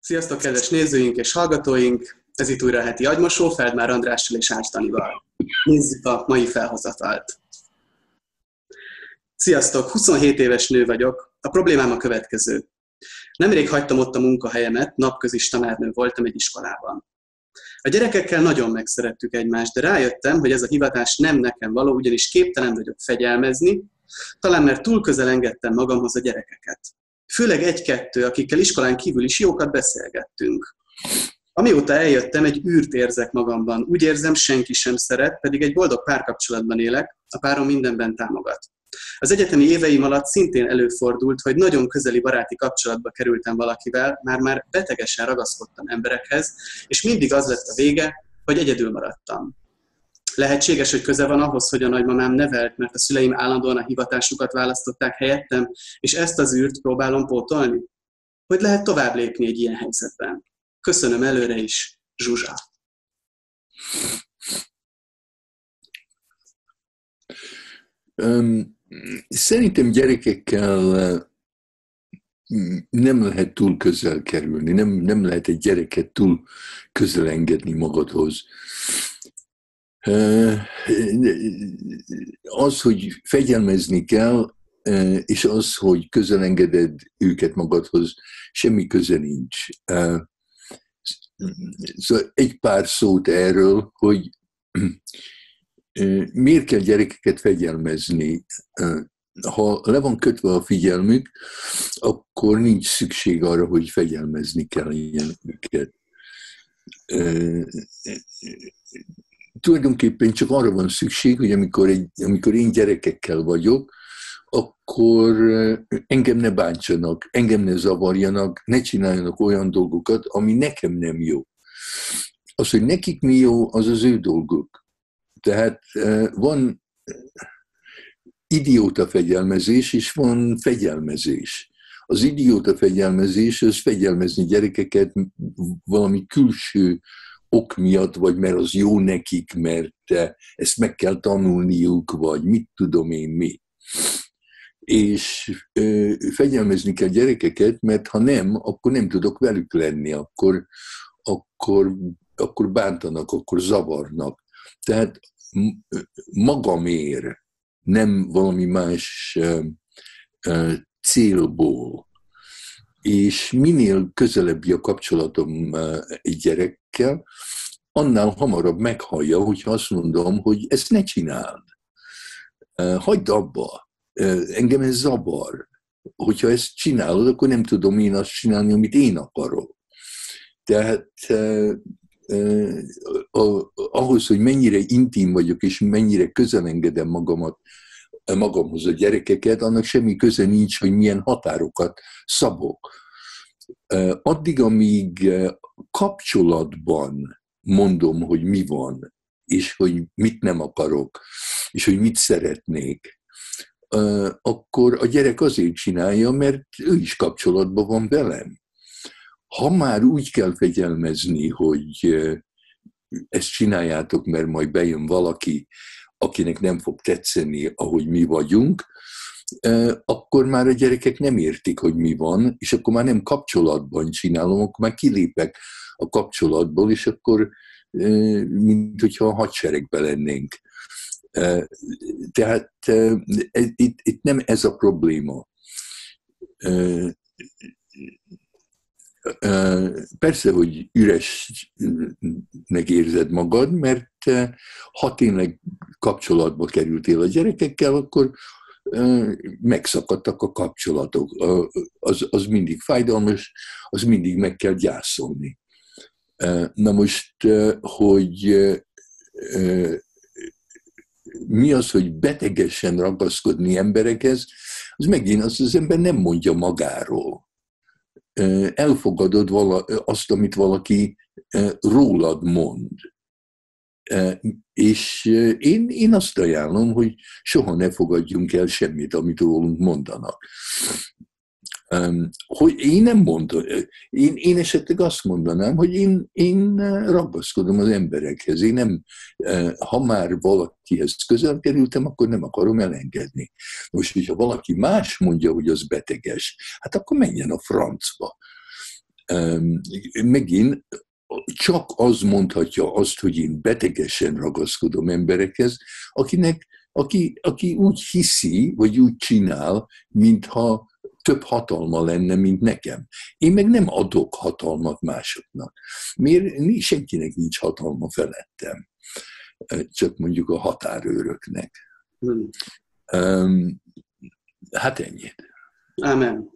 Sziasztok, kedves nézőink és hallgatóink! Ez itt újra a heti agymosó, Feldmár Andrással és Ács Danival. Nézzük a mai felhozatalt. Sziasztok, 27 éves nő vagyok. A problémám a következő. Nemrég hagytam ott a munkahelyemet, napközis tanárnő voltam egy iskolában. A gyerekekkel nagyon megszerettük egymást, de rájöttem, hogy ez a hivatás nem nekem való, ugyanis képtelen vagyok fegyelmezni, talán mert túl közel engedtem magamhoz a gyerekeket. Főleg egy-kettő, akikkel iskolán kívül is jókat beszélgettünk. Amióta eljöttem, egy űrt érzek magamban. Úgy érzem, senki sem szeret, pedig egy boldog párkapcsolatban élek, a párom mindenben támogat. Az egyetemi éveim alatt szintén előfordult, hogy nagyon közeli baráti kapcsolatba kerültem valakivel, már betegesen ragaszkodtam emberekhez, és mindig az lett a vége, hogy egyedül maradtam. Lehetséges, hogy köze van ahhoz, hogy a nagymamám nevelt, mert a szüleim állandóan a hivatásukat választották helyettem, és ezt az űrt próbálom pótolni? Hogy lehet tovább lépni egy ilyen helyzetben? Köszönöm előre is, Zsuzsa. Szerintem gyerekekkel nem lehet túl közel kerülni, nem lehet egy gyereket túl közel engedni magadhoz. Az, hogy fegyelmezni kell, és az, hogy közel engeded őket magadhoz, semmi köze nincs. Szóval egy pár szót erről, hogy miért kell gyerekeket fegyelmezni. Ha le van kötve a figyelmük, akkor nincs szükség arra, hogy fegyelmezni kell őket. Tulajdonképpen csak arra van szükség, hogy amikor én gyerekekkel vagyok, akkor engem ne bántsanak, engem ne zavarjanak, ne csináljanak olyan dolgokat, ami nekem nem jó. Az, hogy nekik mi jó, az az ő dolguk. Tehát van idióta fegyelmezés, és van fegyelmezés. Az idióta fegyelmezés, az fegyelmezni gyerekeket valami külső ok miatt, vagy mert az jó nekik, mert ezt meg kell tanulniuk, vagy mit tudom én mi. És fegyelmezni kell gyerekeket, mert ha nem, akkor nem tudok velük lenni, akkor bántanak, akkor zavarnak. Tehát magamért, nem valami más célból. És minél közelebbi a kapcsolatom egy gyerekkel, annál hamarabb meghallja, hogyha azt mondom, hogy ezt ne csináld. Hagyd abba. Engem ez zavar. Hogyha ezt csinálod, akkor nem tudom én azt csinálni, amit én akarok. Tehát ahhoz, hogy mennyire intim vagyok, és mennyire közel engedem magamhoz a gyerekeket, annak semmi köze nincs, hogy milyen határokat szabok. Addig, amíg kapcsolatban mondom, hogy mi van, és hogy mit nem akarok, és hogy mit szeretnék, akkor a gyerek azért csinálja, mert ő is kapcsolatban van velem. Ha már úgy kell fegyelmezni, hogy ezt csináljátok, mert majd bejön valaki, akinek nem fog tetszeni, ahogy mi vagyunk, akkor már a gyerekek nem értik, hogy mi van, és akkor már nem kapcsolatban csinálom, akkor már kilépek a kapcsolatból, és akkor mint hogyha a hadseregben lennénk. Tehát itt nem ez a probléma. Persze, hogy üresnek érzed magad, mert ha tényleg kapcsolatba kerültél a gyerekekkel, akkor megszakadtak a kapcsolatok. Az mindig fájdalmas, az mindig meg kell gyászolni. Na most, hogy mi az, hogy betegesen ragaszkodni emberekhez, az megint az ember nem mondja magáról. Elfogadod azt, amit valaki rólad mond. És én azt ajánlom, hogy soha ne fogadjunk el semmit, amit rólunk mondanak. Hogy én nem mondom, én esetleg azt mondanám, hogy én ragaszkodom az emberekhez. Én nem, ha már valakihez közel kerültem, akkor nem akarom elengedni. Most, hogyha valaki más mondja, hogy az beteges, hát akkor menjen a francba. megint csak az mondhatja azt, hogy én betegesen ragaszkodom emberekhez, aki úgy hiszi, vagy úgy csinál, mintha több hatalma lenne, mint nekem. Én meg nem adok hatalmat másoknak. Miért? Senkinek nincs hatalma felettem. Csak mondjuk a határőröknek. Hát ennyit. Ámen.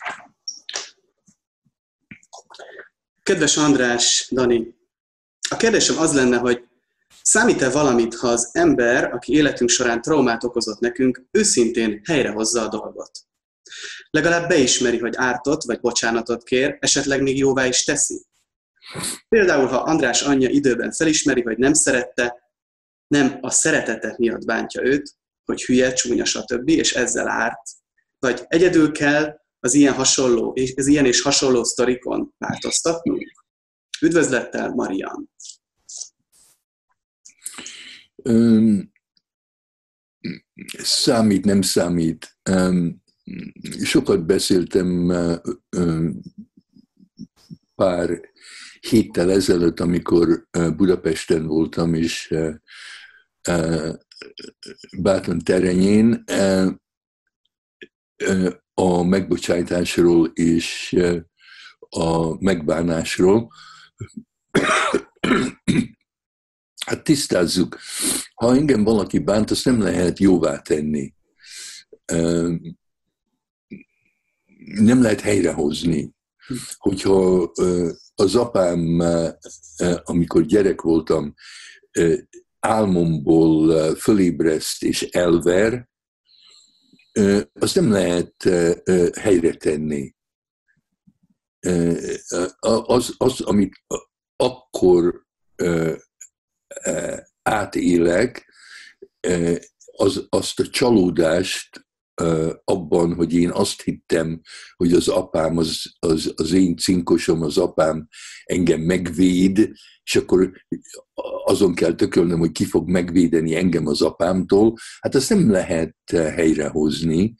Kedves András, Dani, a kérdésem az lenne, hogy számít-e valamit, ha az ember, aki életünk során traumát okozott nekünk, őszintén helyrehozza a dolgot? Legalább beismeri, hogy ártott, vagy bocsánatot kér, esetleg még jóvá is teszi. Például, ha András anyja időben felismeri, hogy nem szerette, nem a szeretete miatt bántja őt, hogy hülye, csúnya, stb., és ezzel árt, vagy egyedül kell az ilyen és hasonló sztorikon változtatnunk. Üdvözlettel, Marian! Számít, nem számít. Sokat beszéltem pár héttel ezelőtt, amikor Budapesten voltam, és Báton terenyén a megbocsájtásról és a megbánásról. Hát tisztázzuk, ha engem valaki bánt, azt nem lehet jóvá tenni. Nem lehet helyrehozni. Hogyha az apám, amikor gyerek voltam, álmomból fölébreszt és elver, azt nem lehet helyre tenni. Az amit akkor átélek, azt a csalódást abban, hogy én azt hittem, hogy az apám, az én cinkosom, az apám engem megvéd, és akkor azon kell tökölnöm, hogy ki fog megvédeni engem az apámtól. Hát ezt nem lehet helyrehozni.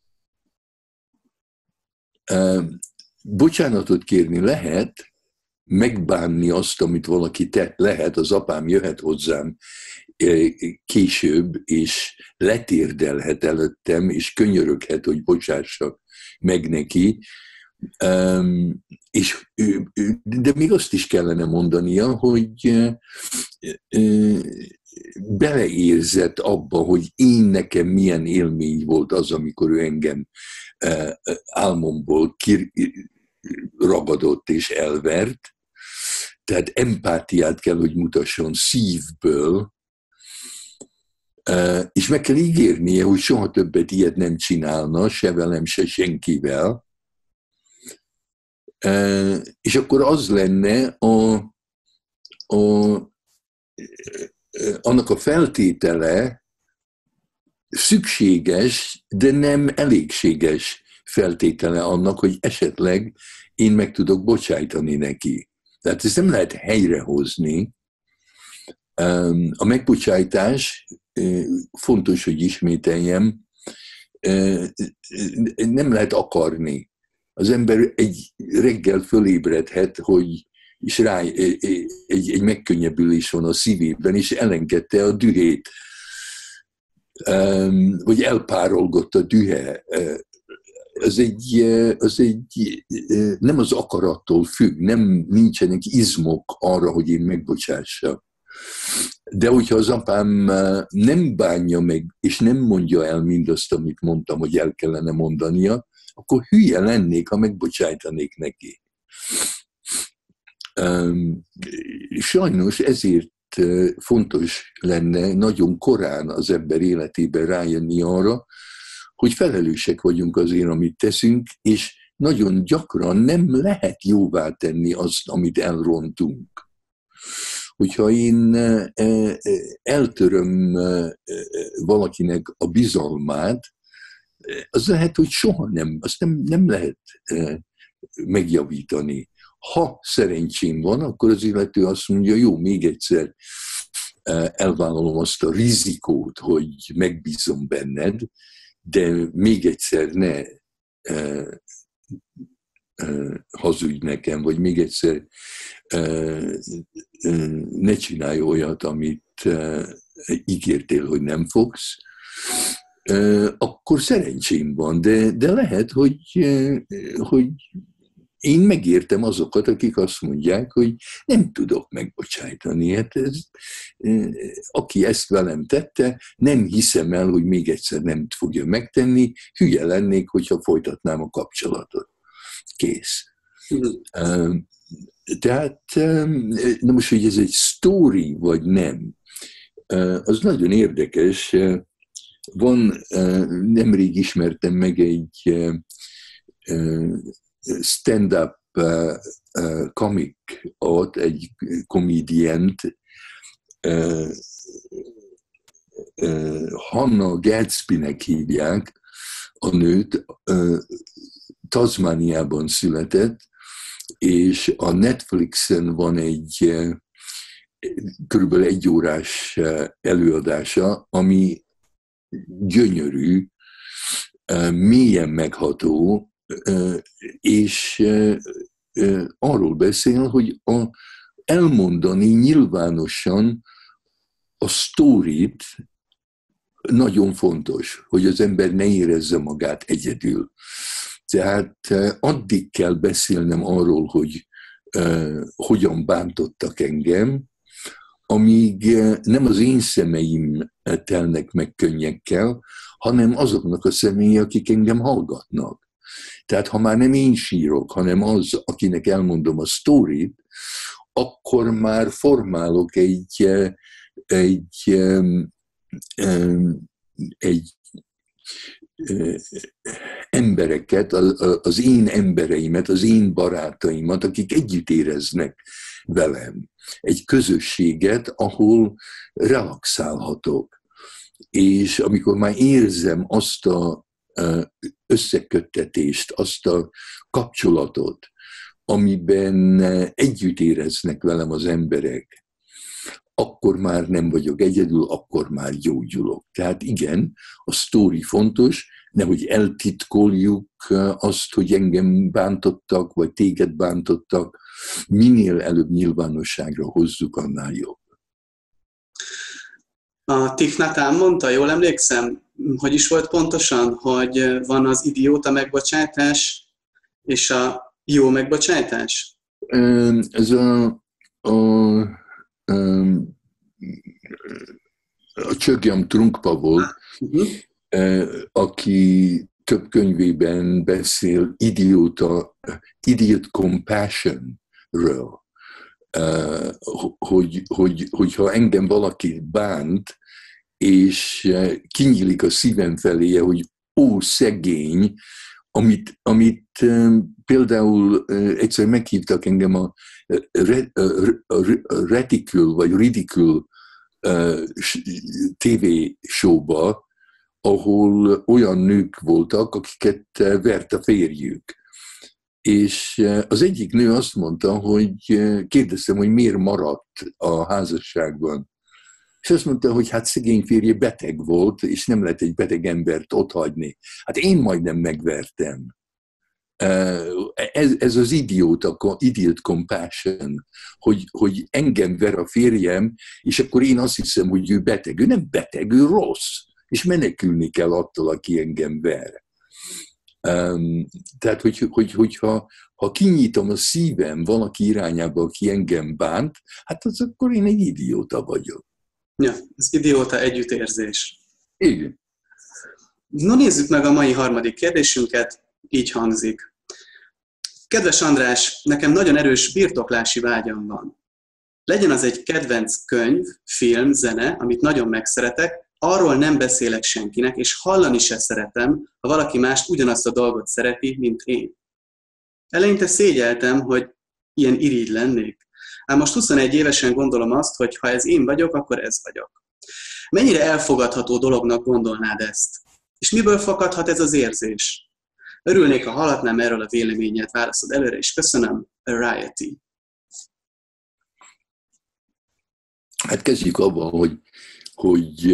Bocsánatot kérni lehet, megbánni azt, amit valaki tett, lehet, az apám jöhet hozzám később, és letérdelhet előttem, és könyöröghet, hogy bocsássak meg neki. De még azt is kellene mondania, hogy beleérzett abba, hogy én nekem milyen élmény volt az, amikor ő engem álmomból kiragadott és elvert. Tehát empátiát kell, hogy mutasson szívből, és meg kell ígérnie, hogy soha többet ilyet nem csinálna, se velem, se senkivel. És akkor az lenne annak a feltétele szükséges, de nem elégséges feltétele annak, hogy esetleg én meg tudok bocsájtani neki. Tehát ezt nem lehet helyrehozni. A megbocsájtás, fontos, hogy ismételjem, nem lehet akarni. Az ember egy reggel fölébredhet, hogy és rá egy megkönnyebbülés van a szívében, és elengedte a dühét. Vagy elpárolgott a dühe. Az egy nem az akarattól függ, nincsenek izmok arra, hogy én megbocsássak. De hogyha az apám nem bánja meg, és nem mondja el mindazt, amit mondtam, hogy el kellene mondania, akkor hülye lennék, ha megbocsájtanék neki. Sajnos ezért fontos lenne nagyon korán az ember életében rájönni arra, hogy felelősek vagyunk azért, amit teszünk, és nagyon gyakran nem lehet jóvá tenni azt, amit elrontunk. Hogyha én eltöröm valakinek a bizalmát, az lehet, hogy soha nem, azt nem lehet megjavítani. Ha szerencsém van, akkor az illető azt mondja, jó, még egyszer elvállalom azt a rizikót, hogy megbízom benned, de még egyszer hazudj nekem, vagy még egyszer ne csinálj olyat, amit ígértél, hogy nem fogsz, akkor szerencsém van, de lehet, hogy én megértem azokat, akik azt mondják, hogy nem tudok megbocsájtani. Hát aki ezt velem tette, nem hiszem el, hogy még egyszer nem fogja megtenni, hülye lennék, hogyha folytatnám a kapcsolatot. Kész. Tehát, na most, hogy ez egy sztori, vagy nem, az nagyon érdekes. Nemrég ismertem meg egy stand-up komikot, egy komédient, Hannah Gadsbynek hívják a nőt, Tasmaniában született, és a Netflixen van egy körülbelül 1 órás előadása, ami gyönyörű, mélyen megható, és arról beszél, hogy elmondani nyilvánosan a sztórit nagyon fontos, hogy az ember ne érezze magát egyedül. Tehát addig kell beszélnem arról, hogy hogyan bántottak engem, amíg nem az én szemeim telnek meg könnyekkel, hanem azoknak a személy, akik engem hallgatnak. Tehát ha már nem én sírok, hanem az, akinek elmondom a sztorit, akkor már formálok egy embereket, az én embereimet, az én barátaimat, akik együtt éreznek velem. Egy közösséget, ahol relaxálhatok. És amikor már érzem azt a összeköttetést, azt a kapcsolatot, amiben együtt éreznek velem az emberek, akkor már nem vagyok egyedül, akkor már gyógyulok. Tehát igen, a sztori fontos, nehogy eltitkoljuk azt, hogy engem bántottak, vagy téged bántottak, minél előbb nyilvánosságra hozzuk, annál jobb. A Thich Nhat Hanh mondta, jól emlékszem, hogy is volt pontosan, hogy van az idióta megbocsátás és a jó megbocsátás? Ez a Chogyam Trungpa volt, aki több könyvében beszél idiot compassion-ről. Hogyha engem valaki bánt, és kinyílik a szívem feléje, hogy ó, szegény, amit például egyszer meghívtak engem a Reticule, vagy Ridicule TV showba, ahol olyan nők voltak, akiket vert a férjük. És az egyik nő azt mondta, hogy kérdeztem, hogy miért maradt a házasságban. És azt mondta, hogy hát szegény férje beteg volt, és nem lehet egy beteg embert otthagyni. Hát én majdnem megvertem. Ez az idiot compassion, hogy engem ver a férjem, és akkor én azt hiszem, hogy ő beteg. Ő nem beteg, ő rossz, és menekülni kell attól, aki engem ver. Tehát, ha kinyitom a szívem valaki irányába, aki engem bánt, hát az akkor én egy idióta vagyok. Ja, az idióta együttérzés. Igen. No, nézzük meg a mai harmadik kérdésünket, így hangzik. Kedves András, nekem nagyon erős birtoklási vágyam van. Legyen az egy kedvenc könyv, film, zene, amit nagyon megszeretek, arról nem beszélek senkinek, és hallani se szeretem, ha valaki mást ugyanazt a dolgot szereti, mint én. Eleinte szégyeltem, hogy ilyen irigy lennék. Ám most 21 évesen gondolom azt, hogy ha ez én vagyok, akkor ez vagyok. Mennyire elfogadható dolognak gondolnád ezt? És miből fakadhat ez az érzés? Örülnék, ha hallhatnám erről a véleményet, válaszod előre, és köszönöm, Variety. Hát kezdjük abban, hogy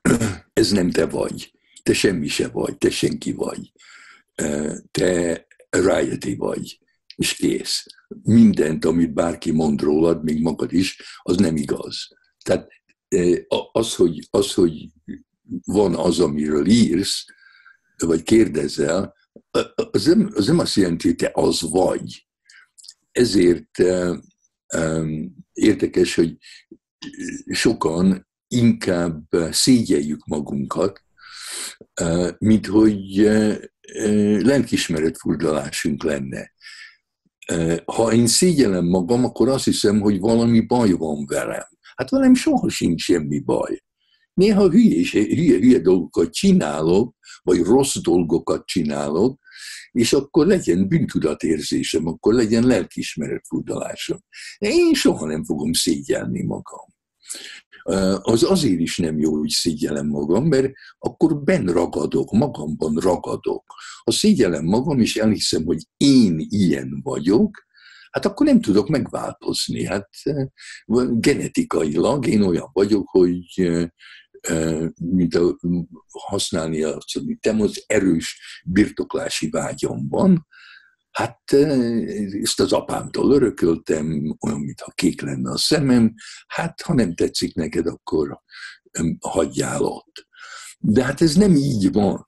ez nem te vagy. Te semmi se vagy, te senki vagy. Te riot vagy, és kész. Mindent, amit bárki mond rólad, még magad is, az nem igaz. Tehát az, hogy van az, amiről írsz, vagy kérdezel, az nem azt jelenti, hogy te az vagy. Ezért érdekes, hogy sokan inkább szégyeljük magunkat, mint hogy lelkiismeretfurdalásunk lenne. Ha én szégyellem magam, akkor azt hiszem, hogy valami baj van velem. Hát velem soha sincs semmi baj. Néha hülye dolgokat csinálok, vagy rossz dolgokat csinálok, és akkor legyen bűntudatérzésem, akkor legyen lelkiismeretfurdalásom. Én soha nem fogom szégyelni magam. Az azért is nem jó, hogy szégyellem magam, mert akkor benn ragadok, magamban ragadok. Ha szégyellem magam, és elhiszem, hogy én ilyen vagyok, hát akkor nem tudok megváltozni. Hát genetikailag én olyan vagyok, hogy mint használni azt, amit az erős birtoklási vágyam van. Hát ezt az apámtól örököltem, olyan, mintha kék lenne a szemem, hát ha nem tetszik neked, akkor hagyjál ott. De hát ez nem így van.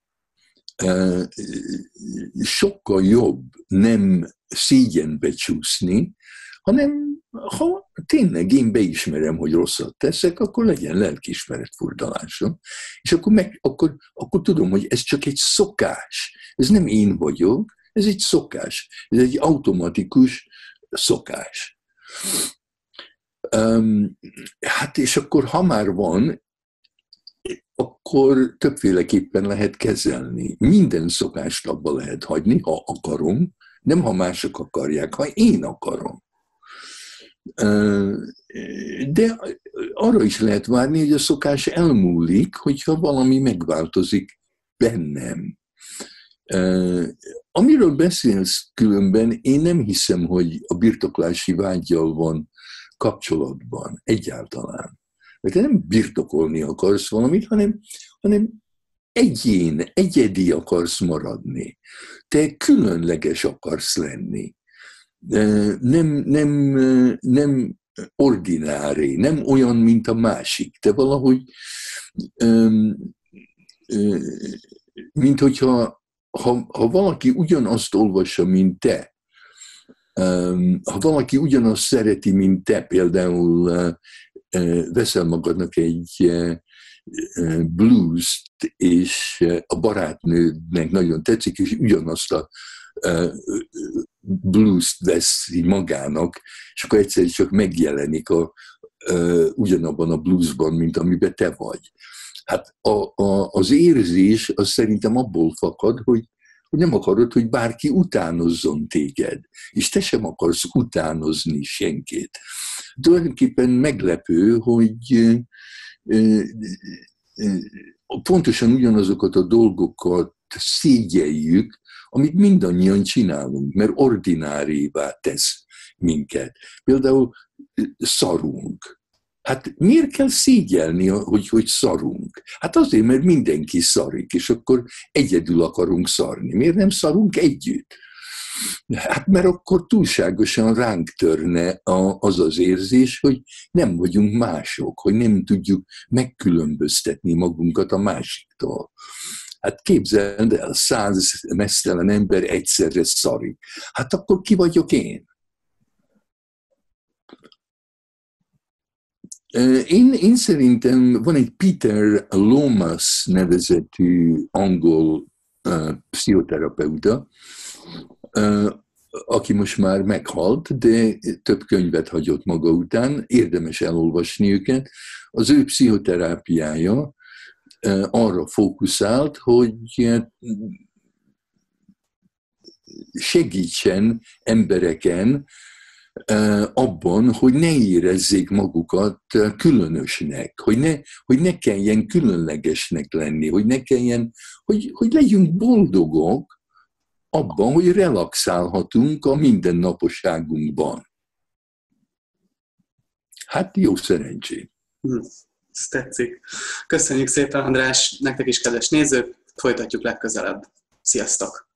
Sokkal jobb nem szégyenbe csúszni, hanem ha tényleg én beismerem, hogy rosszat teszek, akkor legyen lelkiismeretfurdalásom. És akkor tudom, hogy ez csak egy szokás. Ez nem én vagyok, ez egy szokás. Ez egy automatikus szokás. Hát és akkor, ha már van, akkor többféleképpen lehet kezelni. Minden szokást abba lehet hagyni, ha akarom, nem ha mások akarják, ha én akarom. De arra is lehet várni, hogy a szokás elmúlik, hogyha valami megváltozik bennem. Amiről beszélsz különben, én nem hiszem, hogy a birtoklási vággyal van kapcsolatban egyáltalán. Mert te nem birtokolni akarsz valamit, hanem egyedi akarsz maradni. Te különleges akarsz lenni. Nem ordinári, nem olyan, mint a másik. Te valahogy, mint hogyha ha valaki ugyanazt olvassa, mint te, ha valaki ugyanazt szereti, mint te, például veszel magadnak egy blues-t, és a barátnődnek nagyon tetszik, és ugyanazt a blues-t veszi magának, és akkor egyszer csak megjelenik ugyanabban a bluesban, mint amiben te vagy. Hát az érzés az szerintem abból fakad, hogy nem akarod, hogy bárki utánozzon téged, és te sem akarsz utánozni senkit. Tulajdonképpen meglepő, hogy pontosan ugyanazokat a dolgokat szégyeljük, amit mindannyian csinálunk, mert ordinárivá tesz minket. Például szarunk. Hát miért kell szégyelni, hogy szarunk? Hát azért, mert mindenki szarik, és akkor egyedül akarunk szarni. Miért nem szarunk együtt? Hát mert akkor túlságosan ránk törne az érzés, hogy nem vagyunk mások, hogy nem tudjuk megkülönböztetni magunkat a másiktól. Hát képzeld el, 100 meztelen ember egyszerre szarik. Hát akkor ki vagyok én? Én szerintem van egy Peter Lomas nevezetű angol pszichoterapeuta, aki most már meghalt, de több könyvet hagyott maga után, érdemes elolvasni őket. Az ő pszichoterápiája arra fókuszált, hogy segítsen embereken abban, hogy ne érezzék magukat különösnek, hogy ne kelljen különlegesnek lenni, hogy ne kelljen, hogy legyünk boldogok abban, hogy relaxálhatunk a mindennaposságunkban. Hát jó szerencsét! Ez tetszik. Köszönjük szépen, András, nektek is, kedves nézők, folytatjuk legközelebb. Sziasztok!